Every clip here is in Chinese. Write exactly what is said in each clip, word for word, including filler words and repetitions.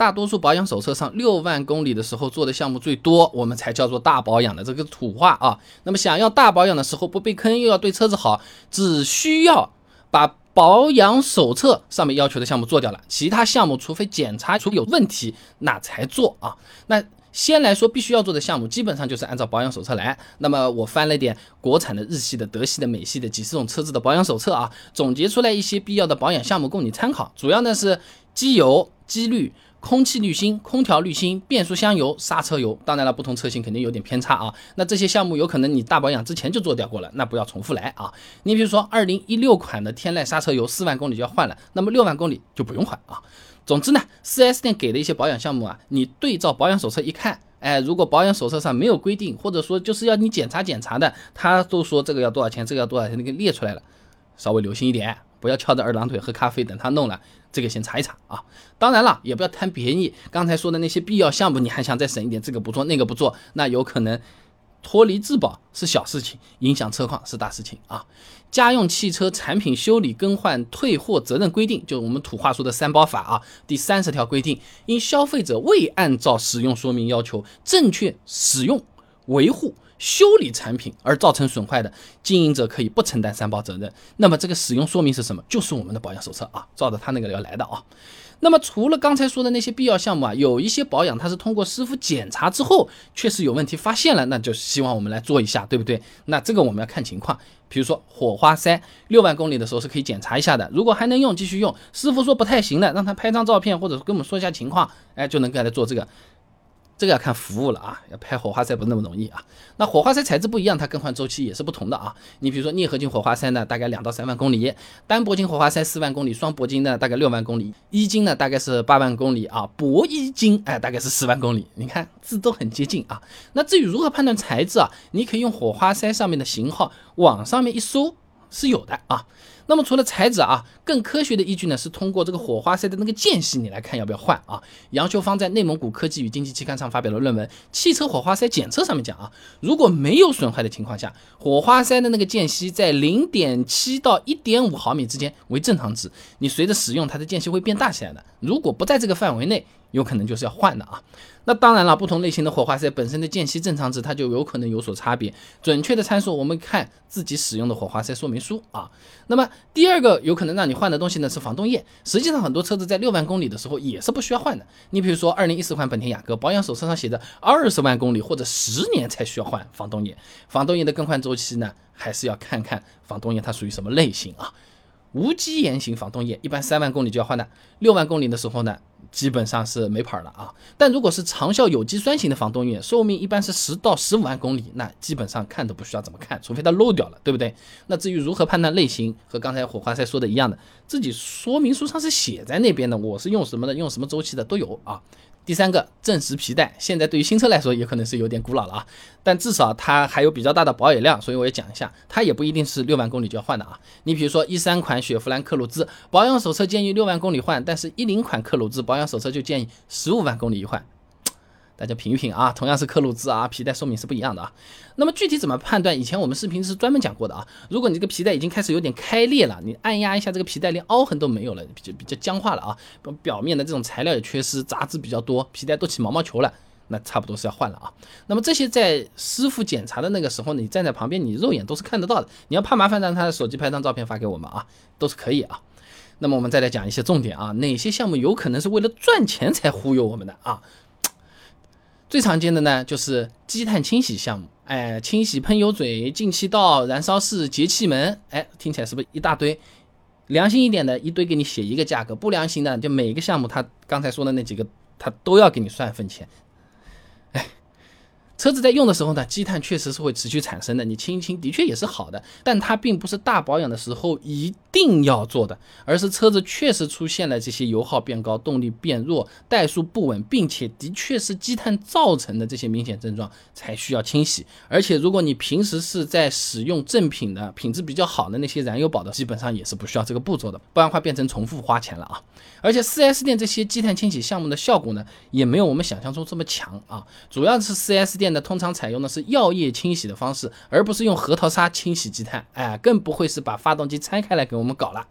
大多数保养手册上六万公里的时候做的项目最多，我们才叫做大保养的，这个土话啊。那么想要大保养的时候不被坑，又要对车子好，只需要把保养手册上面要求的项目做掉了，其他项目除非检查出有问题那才做啊。那先来说必须要做的项目，基本上就是按照保养手册来。那么我翻了点国产的、日系的、德系的、美系的几十种车子的保养手册啊，总结出来一些必要的保养项目供你参考。主要呢是机油、机滤、空气滤芯、空调滤芯、变速箱油、刹车油。当然了，不同车型肯定有点偏差啊。那这些项目有可能你大保养之前就做掉过了，那不要重复来啊。你比如说二零一六款的天籁刹车油四万公里就要换了，那么六万公里就不用换啊。总之呢 四 S 店给的一些保养项目啊，你对照保养手册一看，哎，如果保养手册上没有规定，或者说就是要你检查检查的，他都说这个要多少钱，这个要多少钱，那个列出来了，稍微留心一点，不要翘着二郎腿喝咖啡等他弄了，这个先查一查啊。当然了，也不要贪便宜，刚才说的那些必要项目你还想再省一点，这个不做那个不做，那有可能脱离质保是小事情，影响车况是大事情啊。家用汽车产品修理更换退货责任规定，就我们土话说的三包法啊，第三十条规定，因消费者未按照使用说明要求正确使用、维护、修理产品而造成损坏的，经营者可以不承担三包责任。那么这个使用说明是什么？就是我们的保养手册啊，照着他那个要来的啊。那么除了刚才说的那些必要项目啊，有一些保养它是通过师傅检查之后确实有问题发现了，那就希望我们来做一下，对不对？那这个我们要看情况，比如说火花塞六万公里的时候是可以检查一下的，如果还能用继续用，师傅说不太行了，让他拍张照片或者跟我们说一下情况，哎，就能给他做这个。这个要看服务了啊，要拍火花塞不是那么容易啊。那火花塞材质不一样，它更换周期也是不同的啊。你比如说镍合金火花塞呢，大概两到三万公里；单铂金火花塞四万公里，双铂金呢大概六万公里，一金呢大概是八万公里啊，铂一金哎大概是十万公里。你看字都很接近啊。那至于如何判断材质啊，你可以用火花塞上面的型号，网上面一搜是有的啊。那么除了材质啊，更科学的依据呢是通过这个火花塞的那个间隙，你来看要不要换啊。杨秀芳在内蒙古科技与经济期刊上发表了论文《汽车火花塞检测》，上面讲啊，如果没有损坏的情况下，火花塞的那个间隙在 零点七 到 一点五 毫米之间为正常值，你随着使用它的间隙会变大起来的，如果不在这个范围内，有可能就是要换的啊。那当然了，不同类型的火花塞本身的间隙正常值它就有可能有所差别，准确的参数我们看自己使用的火花塞说明书啊。那么第二个有可能让你换的东西呢是防冻液，实际上很多车子在六万公里的时候也是不需要换的。你比如说二零一四款本田雅阁，保养手册上写着二十万公里或者十年才需要换防冻液，防冻液的更换周期呢还是要看看防冻液它属于什么类型啊。无机盐型防冻液一般三万公里就要换的，六万公里的时候呢基本上是没牌了啊。但如果是长效有机酸型的防冻液，寿命一般是十到十五万公里，那基本上看都不需要怎么看，除非它漏掉了，对不对？那至于如何判断类型，和刚才火花塞说的一样的，自己说明书上是写在那边的，我是用什么的，用什么周期的都有啊。第三个，正时皮带，现在对于新车来说也可能是有点古老了啊，但至少它还有比较大的保有量，所以我也讲一下，它也不一定是六万公里就要换的啊。你比如说一三款雪佛兰克鲁兹，保养手册建议六万公里换，但是一零款克鲁兹保养手册就建议十五万公里一换。大家品一品啊，同样是克鲁兹啊，皮带寿命是不一样的啊。那么具体怎么判断？以前我们视频是专门讲过的啊。如果你这个皮带已经开始有点开裂了，你按压一下这个皮带，连凹痕都没有了，比较比较僵化了啊，表面的这种材料也缺失，杂质比较多，皮带都起毛毛球了，那差不多是要换了啊。那么这些在师傅检查的那个时候，你站在旁边，你肉眼都是看得到的。你要怕麻烦，让他的手机拍张照片发给我们啊，都是可以啊。那么我们再来讲一些重点啊，哪些项目有可能是为了赚钱才忽悠我们的啊？最常见的呢就是积碳清洗项目，哎，清洗喷油嘴、进气道、燃烧室、节气门，哎，听起来是不是一大堆？良心一点的，一堆给你写一个价格；不良心的，就每一个项目他刚才说的那几个，他都要给你算份钱。哎，车子在用的时候呢，积碳确实是会持续产生的，你清一清的确也是好的，但它并不是大保养的时候一定要做的，而是车子确实出现了这些油耗变高、动力变弱、怠速不稳，并且的确是积碳造成的这些明显症状才需要清洗。而且如果你平时是在使用正品的、品质比较好的那些燃油宝的，基本上也是不需要这个步骤的，不然会变成重复花钱了啊。而且 四 S 店这些积碳清洗项目的效果呢，也没有我们想象中这么强啊。主要是 四 S 店的通常采用的是药液清洗的方式，而不是用核桃沙清洗积碳，哎，更不会是把发动机拆开来给我们搞了。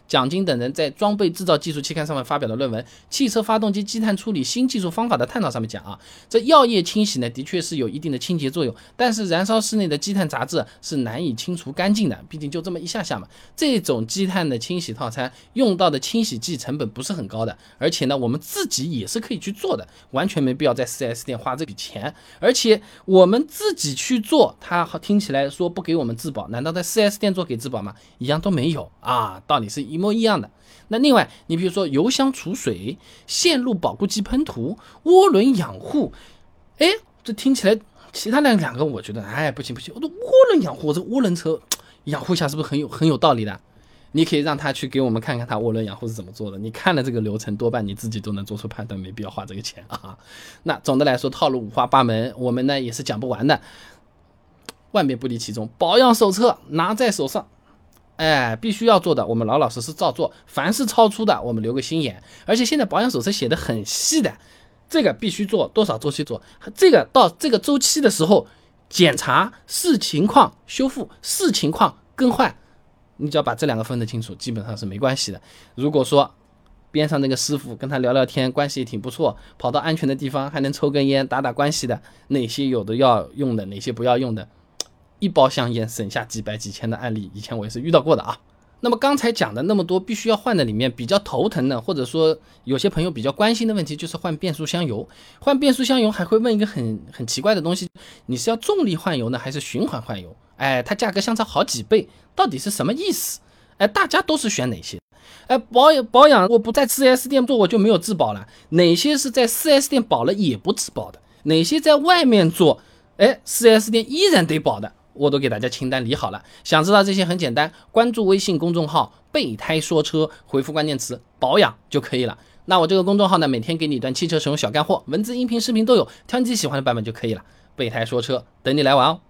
蒋金等人在《装备制造技术》期刊上面发表的论文《汽车发动机积碳处理新技术方法的探讨》上面讲啊，这药液清洗呢的确是有一定的清洁作用，但是燃烧室内的积碳杂质是难以清除干净的，毕竟就这么一下下嘛。这种积碳的清洗套餐用到的清洗剂成本不是很高的，而且呢我们自己也是可以去做的，完全没必要在 四 S 店花这笔钱。而且我们自己去做，它听起来说不给我们质保，难道在 四 S 店做给质保吗？一样都没有啊，道理是一模一样的。那另外你比如说油箱储水、线路保固机喷涂、涡轮养护，哎，这听起来其他两个我觉得哎不行不行，我的涡轮养护，这涡轮车养护一下是不是很有很有道理的？你可以让他去给我们看看他涡轮养护是怎么做的，你看了这个流程，多半你自己都能做出判断，没必要花这个钱啊。那总的来说套路五花八门，我们呢也是讲不完的，万变不离其宗。保养手册拿在手上，哎，必须要做的我们老老实实照做，凡是超出的我们留个心眼。而且现在保养手册写的很细的，这个必须做多少周期做，这个到这个周期的时候检查，视情况修复，视情况更换，你只要把这两个分得清楚，基本上是没关系的。如果说边上那个师傅跟他聊聊天，关系也挺不错，跑到安全的地方还能抽根烟打打关系的，哪些有的要用的，哪些不要用的，一包香烟省下几百几千的案例，以前我也是遇到过的啊。那么刚才讲的那么多必须要换的里面，比较头疼的，或者说有些朋友比较关心的问题，就是换变速箱油。换变速箱油还会问一个很很奇怪的东西，你是要重力换油呢，还是循环换油？哎，它价格相差好几倍，到底是什么意思？哎，大家都是选哪些？哎，保养保养我不在 四 S 店做我就没有质保了，哪些是在 四 S 店保了也不质保的？哪些在外面做，哎 ，四 S 店依然得保的？我都给大家清单理好了，想知道这些很简单，关注微信公众号备胎说车，回复关键词保养就可以了。那我这个公众号呢，每天给你一段汽车使用小干货，文字、音频、视频都有，挑你自己喜欢的版本就可以了。备胎说车，等你来玩哦。